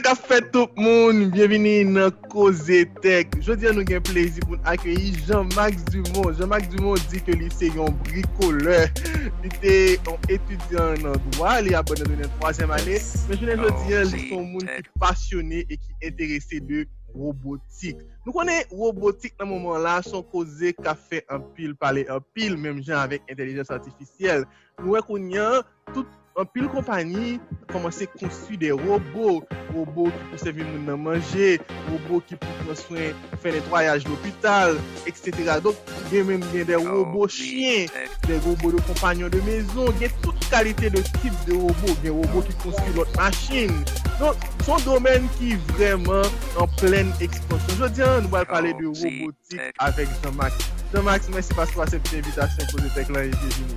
qu'a fait tout le monde? Bienvenue dans Cause Tech. Je dis à nous un plaisir pour accueillir Jean-Max Dumont. Jean-Max Dumont dit que lui c'est un bricoleur. Il était un étudiant en droit, il est abonné dans la 3e année. Mais je veux dire, il sont un monde qui est passionné et qui est intéressé de robotique. Nous connaissons robotique dans ce moment-là, son causé qu'a fait un pile, parler un pile, même gens avec intelligence artificielle. Nous connaissons tout un pile compagnie commencer à construire des robots qui pour servir nous manger, robots qui pour prendre soin, faire nettoyage de l'hôpital, etc. Donc, il y a même des robots chiens, des robots de compagnons de maison, il y a toute qualité de type de robots, des robots qui construisent notre machine. Donc, c'est un domaine qui est vraiment en pleine expansion. Je veux dire, nous allons parler de robotique avec Jean-Max. Jean-Max, merci parce que tu as accepté l'invitation pour le Tech là et bienvenue.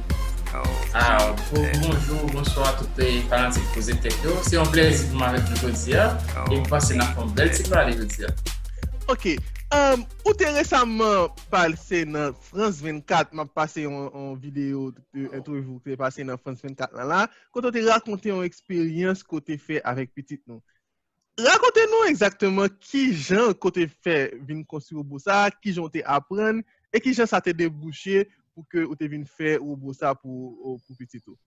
Bonjour, bonsoir à toutes les parents qui posent techno. C'est un plaisir pour moi avec nous aujourd'hui et vous passez dans une belle séquence aujourd'hui. Ok. Où t'es récemment passé dans France 24, m'a passé en vidéo interview que t'es passé dans France 24 là, quand on t'a raconté une expérience que t'es fait avec petite nous. Racontez-nous exactement qui Jean que t'es fait venir construire au ça, qui Jean t'es apprendre et qui Jean ça t'a débouché pour que vous devez faire au ça pour petit tout.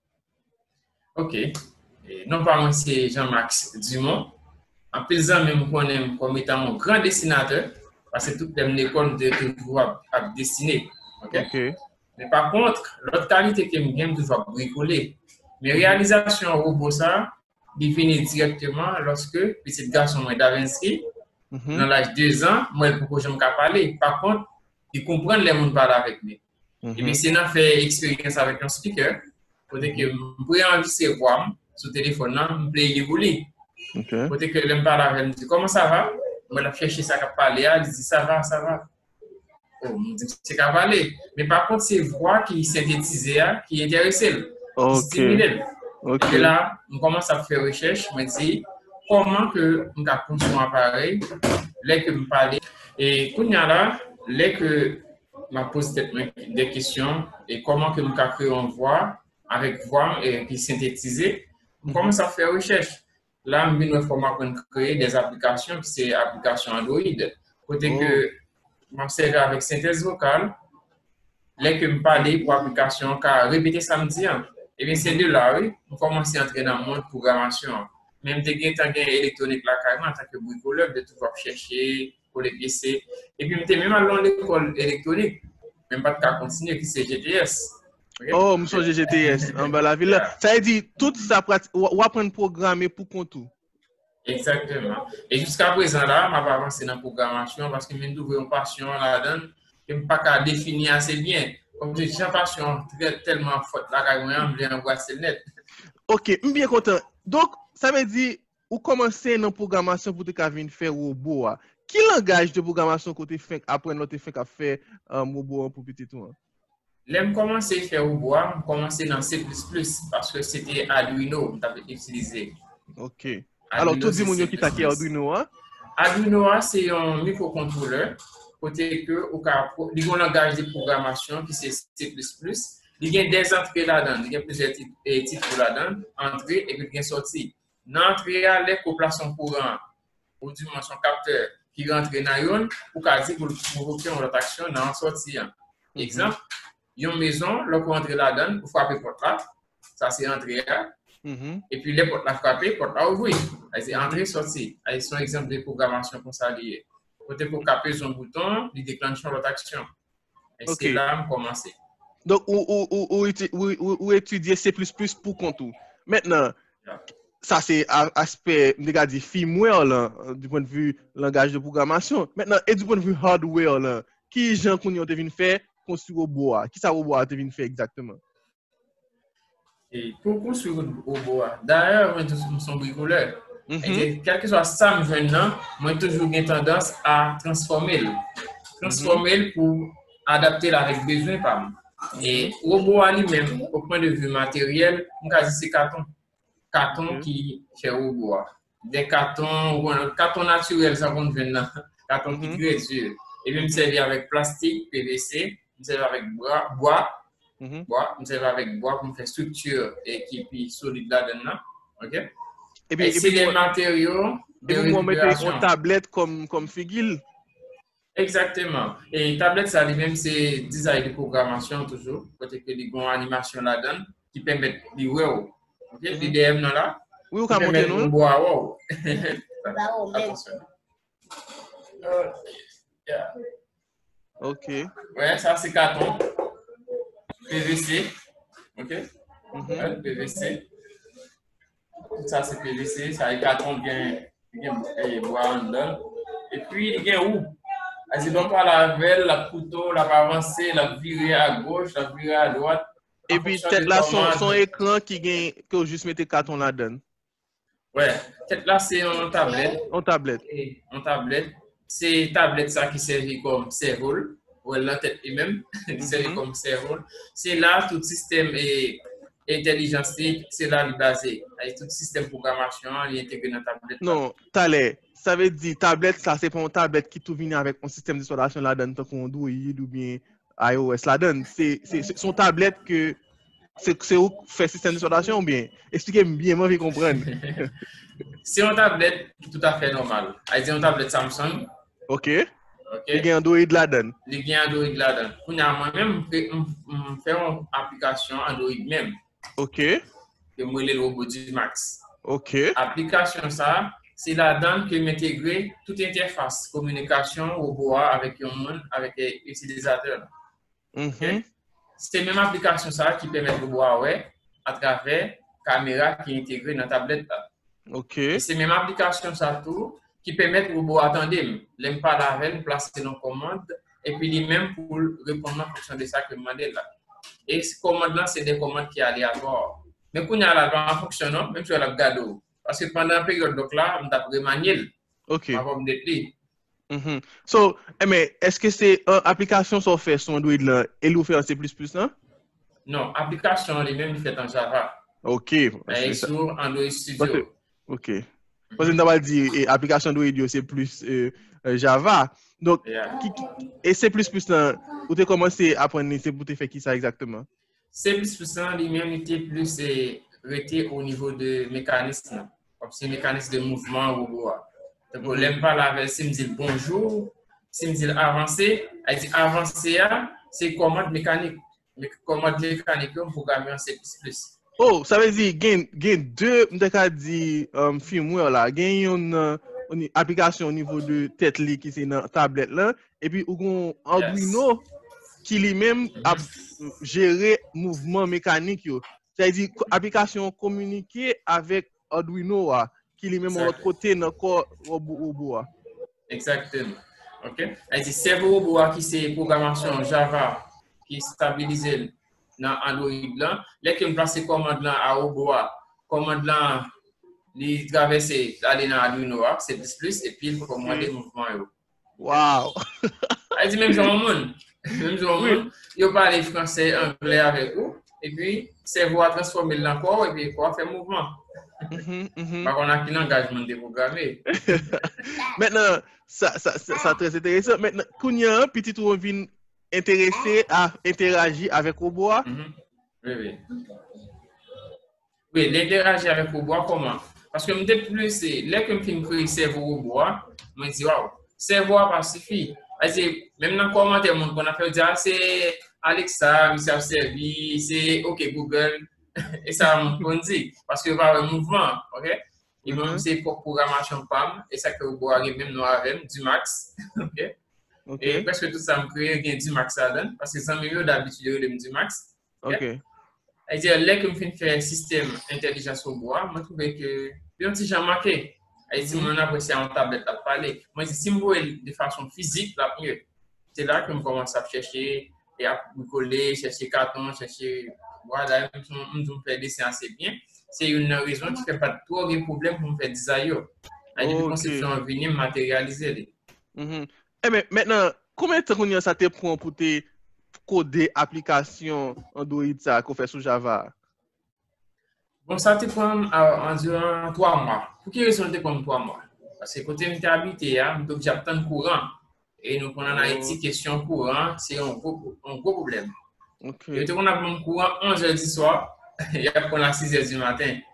Ok. Non pas moi c'est Jean-Max Dumont. En plaisant même qu'on comme étant un grand dessinateur parce que toute l'école de toujours à dessiner. OK. Mais par contre, l'autre qualité que j'aime toujours bricoler. Mes réalisations robot ça définies directement lorsque petit garçon moi d'Avinsky dans l'âge de 2 ans, moi pour que je me parler. Par contre, il comprend les monde parler avec lui. Et bien, c'est une fait expérience avec un speaker, pour que je pourrais enregistrer voir sur le téléphone, je peux évoluer. Pour que je me parle avec lui, je dis comment ça va? Je vais chercher ça qui parler, il dit ça va, ça va. Oh, je dis c'est qu'à parler. Mais par contre, c'est voix qui synthétisée, qui intéresse, qui stimule. Et là, je commence à faire recherche, je me dis comment que je peux construire un appareil, là que je me parle. Et quand là, là que m'a posé des questions et comment que nous créons une voix avec voix et qui synthétisée. On commence à faire recherche. Là, nous avons créer des applications, c'est application Android. Côté que m'observe avec synthèse vocale, là que me parler pour application car répéter samedi. Et bien c'est de là oui, on commence à entrer dans le monde de programmation. Même des gains électronique là carrément en tant que bricoleur de toujours chercher pour les PC. Et puis, je même à l'école électronique, même pas de cas continuer, qui c'est GTS. Okay? Oh, monsieur GTS, en bas la ville. Ça veut dire, tout ça, on va apprendre à programmer pour contour. Exactement. Et jusqu'à présent, là, je vais avancer dans la programmation parce que je suis une passion là-dedans, je ne peux pas définir assez bien. Comme j'ai une passion tellement forte, là, je vais embrasser le net. Ok, je suis bien content. Donc, ça veut dire, vous commencez dans la programmation pour venir faire robot. Qui langage de programmation que tu fais après notre fait à faire robot pour petit tout? J'ai commencé à faire robot, j'ai commencé dans C++ parce que c'était Arduino que tu utilisé. Ok. Alors, tout le monde qui t'a qui Arduino, hein? Arduino, c'est un microcontrôleur. Côté que, il y a un langage de programmation qui c'est C++. Il y a des entrées là-dedans, il y a plusieurs titres là-dedans, entrée et puis il y a sortie. Dans l'entrée, il y a les coplations courant ou du moins son capteur qui rentre dans une pour quasi pour provoquer une rotation dans la sortie. Exemple, il y a une maison, là, pour entrer là-dedans, pour frapper porte là, ça c'est entrée là. Et puis les portes là frapper, porte là ouvrir. C'est entrée, sortie. C'est un exemple de programmation pour ça lié. Côté pour caper son bouton, il déclenche une rotation. Et c'est là qu'on commence. Donc, ou étudier C++ pour contour. Maintenant, ça c'est aspect, regardez, firmware là, du point de vue langage de programmation. Maintenant, et du point de vue hardware là, qui gens qu'on a devine faire construire au bois? Qui ça au bois devine faire exactement? Et pour construire au bois, d'ailleurs, nous sommes bricoleurs. Et quel que soit ça maintenant, moi toujours j'ai tendance à transformer pour adapter avec besoin par moi. Et au bois lui-même, au point de vue matériel, on quasi c'est carton qui fait au bois. Des cartons naturels, ça qu'on vient là, carton qui est dur. Et puis, me servir avec plastique, PVC, me servir avec bois, me servir avec bois pour me faire structure et qui est solide là-dedans. OK? Et c'est les matériaux de récupération. Une tablette comme figure. Exactement. Et tablette, ça lui-même, c'est design de programmation toujours. Côté que les bonnes animations là-dedans qui permettent de wow. OK? Les DM là. Oui, vous pouvez monter nous. Wow. Attention. Yeah. OK. Ouais, ça c'est carton. PVC. OK? PVC. Tout ça c'est PVC. Ça est carton bien bois en dedans. Et puis, il y a où? As-y donc pas la velle, la couteau, la avancer, la virer à gauche, la virer à droite. Et puis, peut-être là, son écran qui gagne, que vous juste mettez carton là-dedans. Ouais, peut-être là, c'est en tablette. En tablette. Et en tablette. C'est tablette ça qui servait comme cerveau. Ou la tête même, qui servait comme cerveau. C'est là, tout système et intelligence, c'est là le basé. Et tout système programmation, il est intégré dans la tablette. Non, Talé. Ça veut dire tablette, ça c'est pas une tablette qui tout vient avec un système d'exploitation là-dedans, tant qu'on Android ou bien iOS là-dedans. C'est son tablette que c'est où fait système d'exploitation ou bien? Expliquez-moi bien, moi je comprendre. C'est une tablette tout à fait normale. C'est une tablette Samsung. OK. Il y a Android là-dedans. Il y a Android là-dedans. Moi-même, je fais une application Android même. OK. Que moi, le robot du Max. OK. Application ça. C'est là-dedans que m'intégrer toute interface, communication robot avec le monde, avec les utilisateurs. Okay? C'est la même application ça qui permet de voir à travers la caméra qui est intégrée dans la tablette. OK. C'est la même application ça tout qui permet au robot attendre, l'aime pas la veille, placer nos commandes et puis lui-même pour répondre en fonction de ça que je demande là. Et ces commandes là, c'est des commandes qui sont aléatoires. Mais quand il y a là en fonctionnant, même sur la gado. Parce que pendant la période donc là, on a remanié. OK. Avant de détruire. So, mais est-ce que c'est une application sur fait sur Android là et vous fait en C++ là? Non, application les mêmes fait en Java. OK. Et sur Android Studio. OK. Parce que nous avons dit application Android c'est plus Java. Donc et C++ là, vous avez commencé à apprendre c'est pour te faire qui ça exactement? C++ là lui-même était plus arrêté au niveau de mécanisme. Comme c'est mécanisme de mouvement robot. Donc, l'aime pas la veille, si me dit bonjour, si me dit avancer, elle dit avancer, c'est commande mécanique. Mais commande mécanique, on programme en C++. Oh, ça veut dire, il y a deux, firmware là. Il y a une application au niveau de tête qui est dans la tablette là. Et puis, il y a un Arduino qui lui-même a géré mouvement mécanique. Ça veut dire, application communiquée avec Arduino qui lui-même a côté dans le corps robot. Exactement. OK? Elle dit, cerveau robot qui c'est programmation Java qui est stabilisé dans Android là. Là, que je place commande là à robot, commande là, il traverse aller dans Arduino, c'est plus, et puis il faut commander le mouvement. Wow! Elle dit, même dans le monde, il parle français, anglais avec vous, et puis, cerveau a transformé l'encore, et puis il faut faire mouvement. Par contre, on a un engagement de programmer. Maintenant, ça très intéressant. Maintenant, quand il y a un petit tour vient intéressé à interagir avec le robot. Oui. Oui, l'interagir avec le robot, comment? Parce que je me plus, c'est là que je crée le cerveau robot, je me dis, waouh, cerveau pas suffit. Même dans le commentaire, on a fait dire, c'est Alexa, il s'est servi, c'est OK Google. Et ça, on dit, parce que va un mouvement, OK? Et même c'est pour programmation PAM, et ça que vous voyez même nous avec du max, OK? Et presque tout ça me crée du max là-dedans, parce que c'est mieux d'habitude de du max. OK. Et dire, là que je fais un système intelligence au bois, je trouve que, bien si j'ai marqué, et si on apprécie en tablette à parler, moi, si je vois de façon physique, là, mieux. C'est là que je commence à chercher, et à coller, chercher carton, chercher. Voilà, on fait des séances, c'est bien. C'est une raison qui ne fait pas trop de problème pour me faire design. La conception est venue matérialiser. Mais maintenant, combien de temps ça te prend pour te coder l'application Android ça qu'on fait sur Java? Bon, ça te prend environ 3 mois. Pour quelle raison te prend 3 mois? Parce que côté où tu habité, donc j'attends le courant. Et nous prenons en Haïti, question courant, c'est un gros problème. OK. Et on a mon courant 11h du soir, et après on a 6h du matin.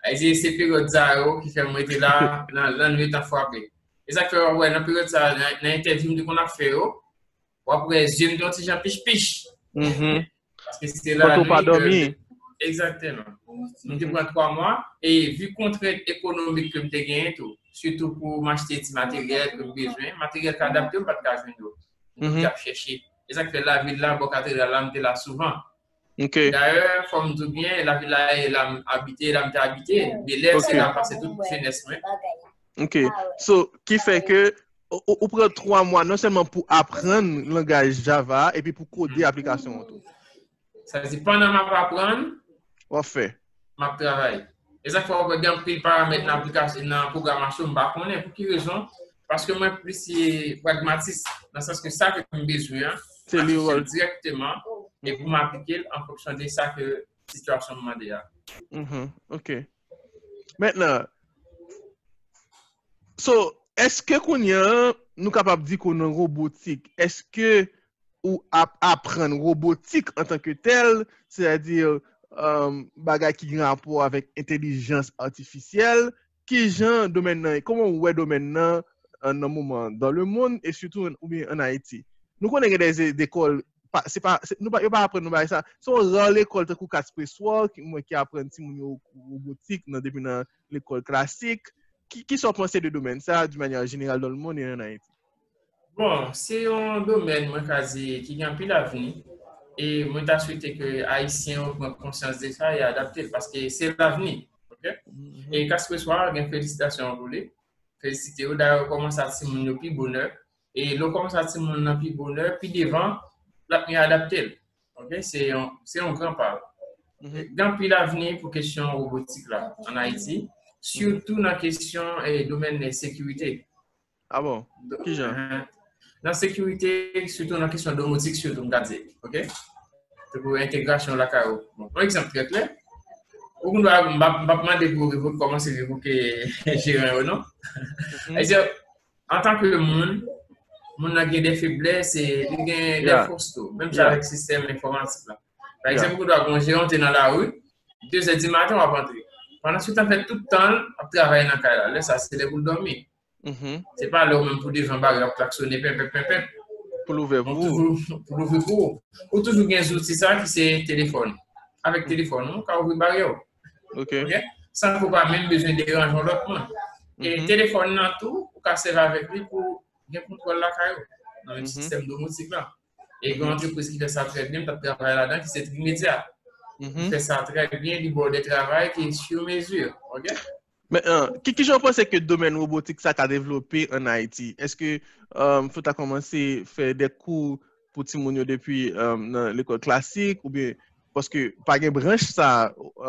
C'est période zéro qui fait moi être là, la nuit t'as frappé. Et ça fait, ouais, dans la période ça, dans l'interview qu'on a fait, après, j'aime d'autres gens piche. Parce que c'était la nuit. Pas dormir. Exactement. Nous avons pris 3 mois et vu le contrainte économique que nous avons gagné, surtout pour m'acheter des matériels que nous avons besoin, matériel adapté, pas de cas nous avons cherché. Et ça fait la ville là, Cathédrale, là, là souvent. D'ailleurs, comme tout bien, la ville là, elle a habité, mais l'air, c'est là passé toute jeunesse. Ok. So, qui fait que on prend 3 mois non seulement pour apprendre le langage Java et puis pour coder l'application. Ça veut dire pendant ma apprendre, on fait. Ma travail. Et ça fait qu'on regarde plus paramètres dans l'application, dans la programmation, je ne sais pas pour quelle raison. Parce que moi, plus c'est pragmatique, dans le sens que ça que j'ai besoin, c'est directement et pour m'appliquer en fonction de ça que la situation me demande. Ok. Maintenant, so, est-ce que nous sommes capables de dire qu'on est robotique? Est-ce que ou apprendre robotique en tant que tel, c'est-à-dire bagay qui a rapport avec intelligence artificielle, qui genre domaine, comment on domaine dans un moment dans le monde et surtout en Haïti. Nous connaissons des écoles, nous pas apprendre ça. Si on rend l'école de Casper Soir qui apprend robotique depuis dans l'école classique, qui sont pensés de domaine ça d'une manière générale dans le monde et en Haïti? Bon, c'est un domaine qui a un peu l'avenir et moi je souhaite que les Haïtiens prennent conscience de ça et adapter parce que c'est l'avenir. Okay? Et qu'à ce que soit, félicitations pour lui. Féliciter, d'ailleurs, commence à tirer mon plus bonheur et l'on commence à tirer mon plus bonheur, puis devant, l'avenir adapté. Okay? C'est un grand pas. Dans l'avenir pour question robotique là, en Haïti, surtout dans la question domaine de sécurité. Ah bon? Qui genre? Dans la sécurité, surtout dans la question domotique, surtout, on va dire. OK? Pour l'intégration de la CAO. Bon, un exemple très clair. On doit demander pour commencer à gérer ou non. En tant que monde, on a des faiblesses et des forces, même avec le système informatique. Là. Par exemple, on doit gérer, on est dans la rue, 2h du matin, on va rentrer. Pendant ce temps, on fait tout le temps, on travaille dans la CAO. Là, ça, c'est pour dormir. C'est pas là même pour des gens qui klaxonner pour l'ouvrir pour ou toujours un outil ça qui c'est téléphone avec téléphone on peut ouvrir barrière OK ça faut pas même besoin de déranger l'autre monde et téléphone dans tout pour qu'à servir avec lui pour bien contrôler la caillou dans le système domotique là et une entreprise qui fait ça très bien tu travailles là-dedans qui c'est immédiat fait ça très bien du bord de travail qui est sur mesure OK. Mais qui je pense que le domaine robotique ça a développé en Haïti? Est-ce que faut commencer à faire des cours pour Timonio depuis l'école classique ou bien parce que par une branche ça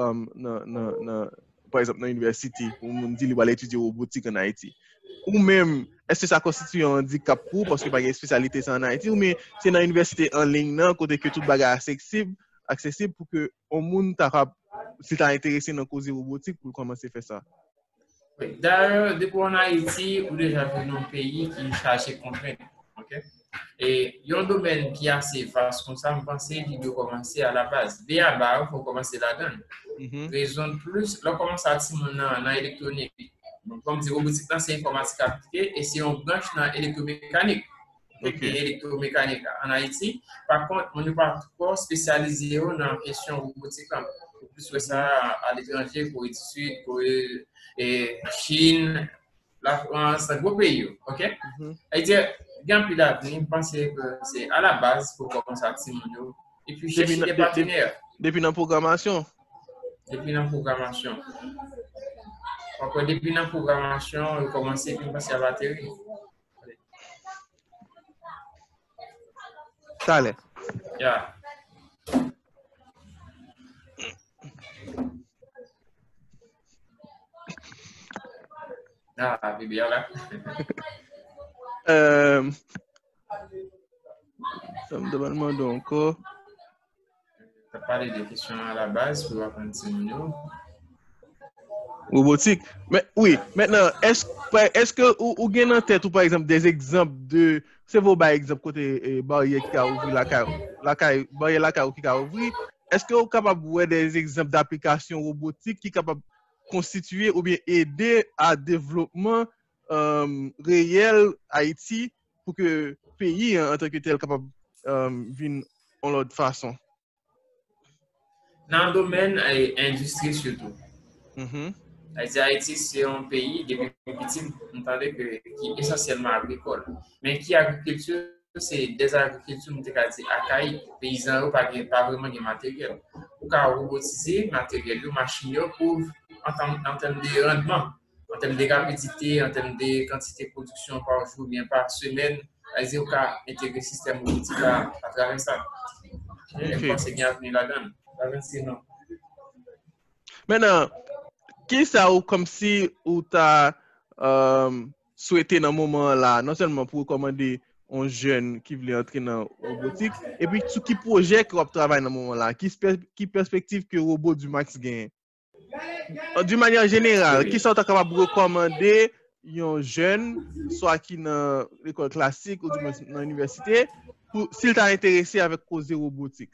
par exemple dans l'université où on dit qu'il va étudier robotique en Haïti ou même est-ce que ça constitue un handicap pour parce que pas une spécialité ça en Haïti ou mais c'est dans l'université en ligne là côté que tout bagage accessible pour que au monde capable si tu es intéressé dans cause robotique pour commencer à faire ça. Oui. D'ailleurs, depuis en Haïti, vous déjà vu un pays qui cherche contraintes. Okay? Et il y a un domaine qui est assez vaste comme ça, je pense qu'il doit commencer à la base. Dès à bas, il faut commencer là-dedans. Raison de plus, là, on commence à tirer dans l'électronique. Donc, comme dit, robotique, c'est informatique appliquée et c'est une branche dans l'électromécanique. Électromécanique en Haïti. Par contre, on n'est pas trop spécialisé dans la question robotique. Plus que ça à l'étranger, Corée du Sud, Corée et Chine, la France, un gros pays. OK? Haïti, il y a un peu d'avenir, je pense que c'est à la base pour commencer à Timonio. Et puis chercher des partenaires. Depuis la programmation? Depuis la programmation. Encore depuis la programmation, on commence à passer à la batterie. Ça allait. Yeah. Ah, bébé, là. Ça me demande encore. Tu as parlé des questions à la base pour apprendre Timonio. Robotique. Mais oui, maintenant, est-ce que vous avez en tête ou par exemple des exemples de. C'est vos exemples côté barrière qui a ouvert barrière qui a ouvert. Est-ce que vous êtes capable de voir des exemples d'applications robotiques qui sont capables constituer ou bien aider à développement réel Haïti pour que le pays en tant que tel capable vivre en l'autre façon. Dans le domaine industrie surtout. Mm-hmm. Haïti, c'est un pays, depuis petit, vous entendez qui est essentiellement agricole. Mais qui agriculture, c'est des agricultures, archaïques. Les paysans n'ont pas vraiment de matériel. Pour robotiser matériel, machines pour en termes de rendement, en termes de rapidité, en termes de quantité de production par jour, bien par semaine, ils ont intégrer le système robotique à travers ça. Je pense qu'il y a venu là-dedans. Maintenant, qui ça ou comme si ou t'as souhaité dans ce moment-là, non seulement pour recommander un jeune qui voulait entrer dans la robotique, et puis qui projet que vous travaillez dans ce moment-là, qui perspective que le robot du Max gagne. D'une manière générale, qui sont capables de recommander un jeune, soit qui dans l'école classique ou dans l'université, s'il t'a intéressé avec cause robotique?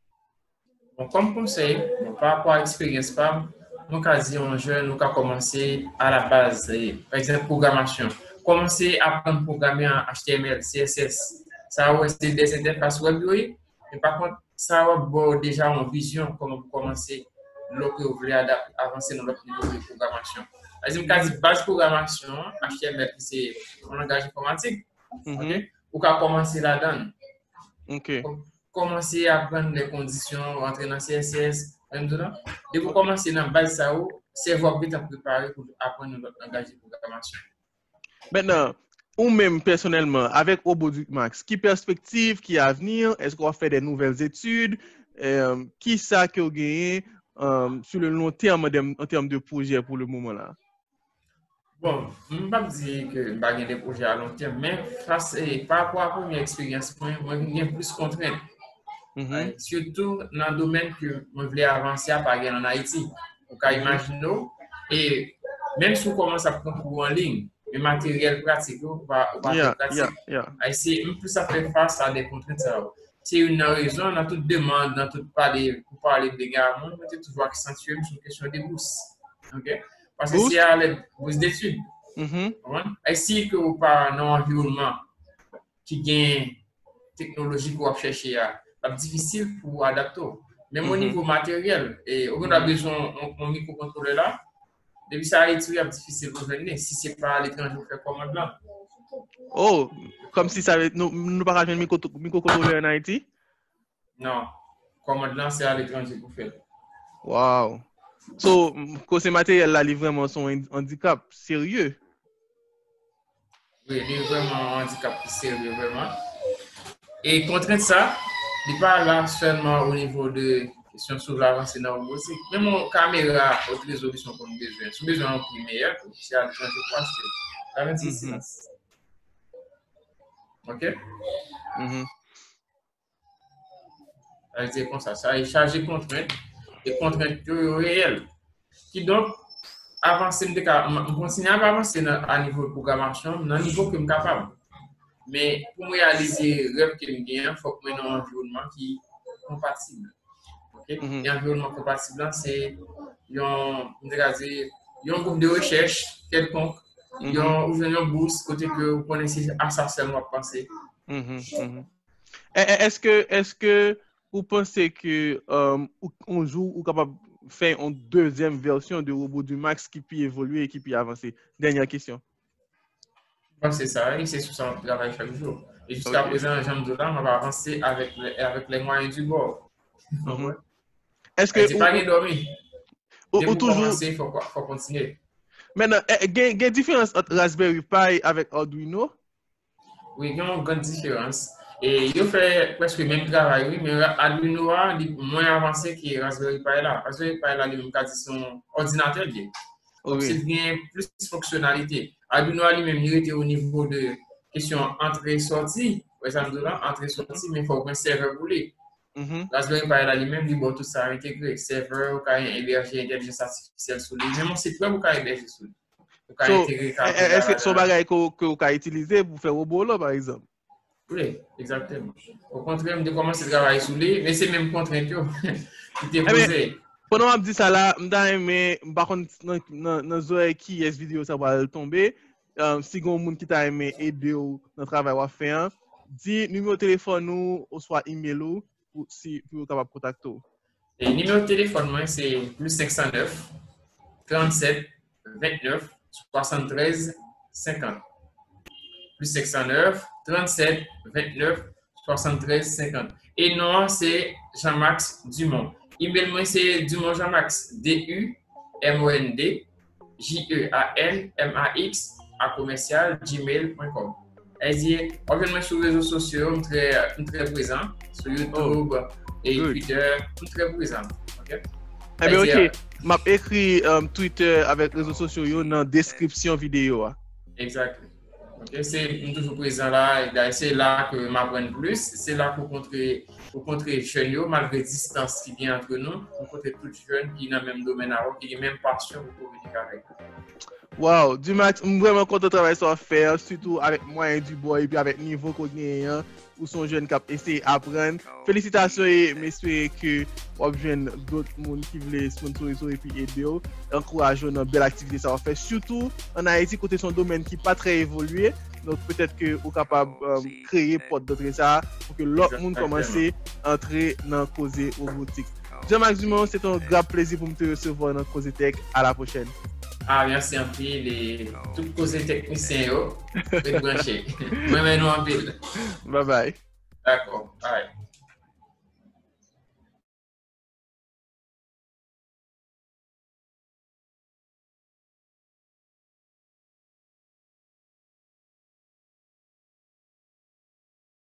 Bon, comme conseil, par rapport à l'expérience, nous avons un jeune, nous avons commencé à la base, par exemple, programmation. Commencer à apprendre à programmer en HTML, CSS. Ça va être des interfaces web, oui. Mais par contre, ça va déjà en vision, comment commencer, lorsque vous voulez avancer dans notre niveau de programmation. Par exemple, base programmation, HTML, c'est un langage informatique. Okay? Vous pouvez commencer là-dedans. Okay. Commencer à apprendre les conditions, rentrer dans CSS, et vous commencez dans la base ça, c'est vous bien préparé pour apprendre notre langage de programmation. Maintenant, ou même personnellement, avec Roboduc Max, qui perspective, qui avenir, est-ce qu'on va faire des nouvelles études, qui ça que vous gagnez sur le long terme en termes de projet pour le moment là? Bon, je ne vais pas dire que je vais des projets à long terme, mais par rapport à la première expérience, moi, j'ai plus de contraintes. Surtout dans le domaine que je voulais avancer à Paris en Haïti. Donc, imaginez, et même si on commence à prendre cours en ligne, le matériel pratique va être pratique. Et plus ça fait face à des contraintes. C'est une raison, dans toute demande, dans tout parler, pour parler de gars, on peut toujours accentuer sur la question des bourses. Okay? Parce que c'est à les bourses d'études. Et si que vous parlez dans un environnement qui gagne technologie pour chercher c'est difficile pour adapter. Même au niveau matériel, et on a besoin d'un microcontrôleur là, depuis ça, c'est difficile pour venir. Si ce n'est pas à l'étranger, on fait commande là. Oh, comme si ça nous pas un microcontrôleur en Haïti? Non, commande là, c'est à l'étranger pour faire. Wow. So, ces matériels là, vraiment sont un handicap sérieux. Oui, il est vraiment un handicap sérieux, vraiment. Et contre ça, il n'est pas là seulement au niveau de questions sur l'avancée dans le robotique. Même en caméra, autre résolution qu'on a besoin. Si besoin en primaire, c'est à l'étranger pour acheter. La 26. OK? C'est comme ça. Ça est chargé contraintes et contraintes réelles. Qui donc, avancer, on continue à avancer à niveau de programmation, dans le niveau que je suis capable. Mais pour réaliser le rêve que je gagne, il faut que je un environnement qui est compatible. Okay? Et l'environnement compatible, c'est un groupe de recherche quelconque, il y a une bourse, côté que vous connaissez à ça seulement penser. Est-ce que vous pensez que un jour, vous êtes capable de faire une deuxième version de Robot du Max qui peut évoluer et qui peut avancer? Dernière question. C'est ça, et c'est sur ça qu'on travaille chaque jour. Et jusqu'à présent, Jean Dolan, on va avancer avec les moyens du bord. Est-ce que. C'est pas bien dormi. Ou toujours. Il faut continuer. Maintenant, il y a une différence entre Raspberry Pi avec Arduino? Oui, il y a une grande différence. Et il fait presque le même travail, oui, mais Arduino est moins avancé que Raspberry Pi là. Raspberry Pi là, il a son ordinateur. Donc, c'est bien plus de fonctionnalité. Arduino lui-même, il était au niveau de question entrée-sortie. Par exemple, entrée-sortie, mais il faut un serveur rouler. Raspberry Pi lui-même, il doit tout ça intégrer. Serveur, il y a héberger l'intelligence artificielle sur lui. Même si c'est web, il y a héberger sur lui. Est-ce que son bagage que vous avez utilisé pour faire robot là, par exemple? Oui, exactement. Au contraire, de commencer à travailler sur lui, mais c'est même contraint qui est posé. Pendant que je dis ça là, par contre, dans zoe qui est vidéo ça va tomber. Si vous avez qui t'a aimé aider dans le travail à faire, dis numéro de téléphone ou soit email ou si vous êtes capable de contacter. Et le numéro de téléphone, moi, c'est plus 509 37 29 73 50. Plus 509 37 29 73 50. Et non, c'est Jean-Max Dumont. Email, moi, c'est Dumont Jean-Max, DUMOND, JEANMAX, à gmail.com. Et on vient sur les réseaux sociaux, très présent, sur YouTube et Twitter, très présent. OK? Eh bien, OK. M'a écrit Twitter avec les réseaux sociaux dans la description vidéo. Exactement. Okay? C'est toujours présent là. C'est là que je m'apprends plus. C'est là pour rencontrer les jeunes, malgré la distance qui vient entre nous, pour rencontrer tous les jeunes qui ont le même domaine, qui ont la même passion pour communiquer avec nous. Wow, Dumax, je suis vraiment content de travailler sur faire, surtout avec moi et du boy, et puis avec le niveau qu'on a, où son jeune qui a essayé d'apprendre. Félicitations et j'espère que vous avez d'autres personnes qui veulent sponsoriser et puis aider. Encourageons dans belle activité ça va faire, surtout en Haïti, côté son domaine qui n'est pas très évolué. Donc peut-être que vous êtes capable de créer porte d'entrée ça pour que l'autre monde commence à entrer dans Cause Robotique. Jean-Max Dumont, c'est un grand plaisir pour me te recevoir dans Cause Tech. À la prochaine. Ah, merci un peu, tous les causes techniciens, vous êtes branchés. Moi, nous en pile. Bye bye. D'accord, bye.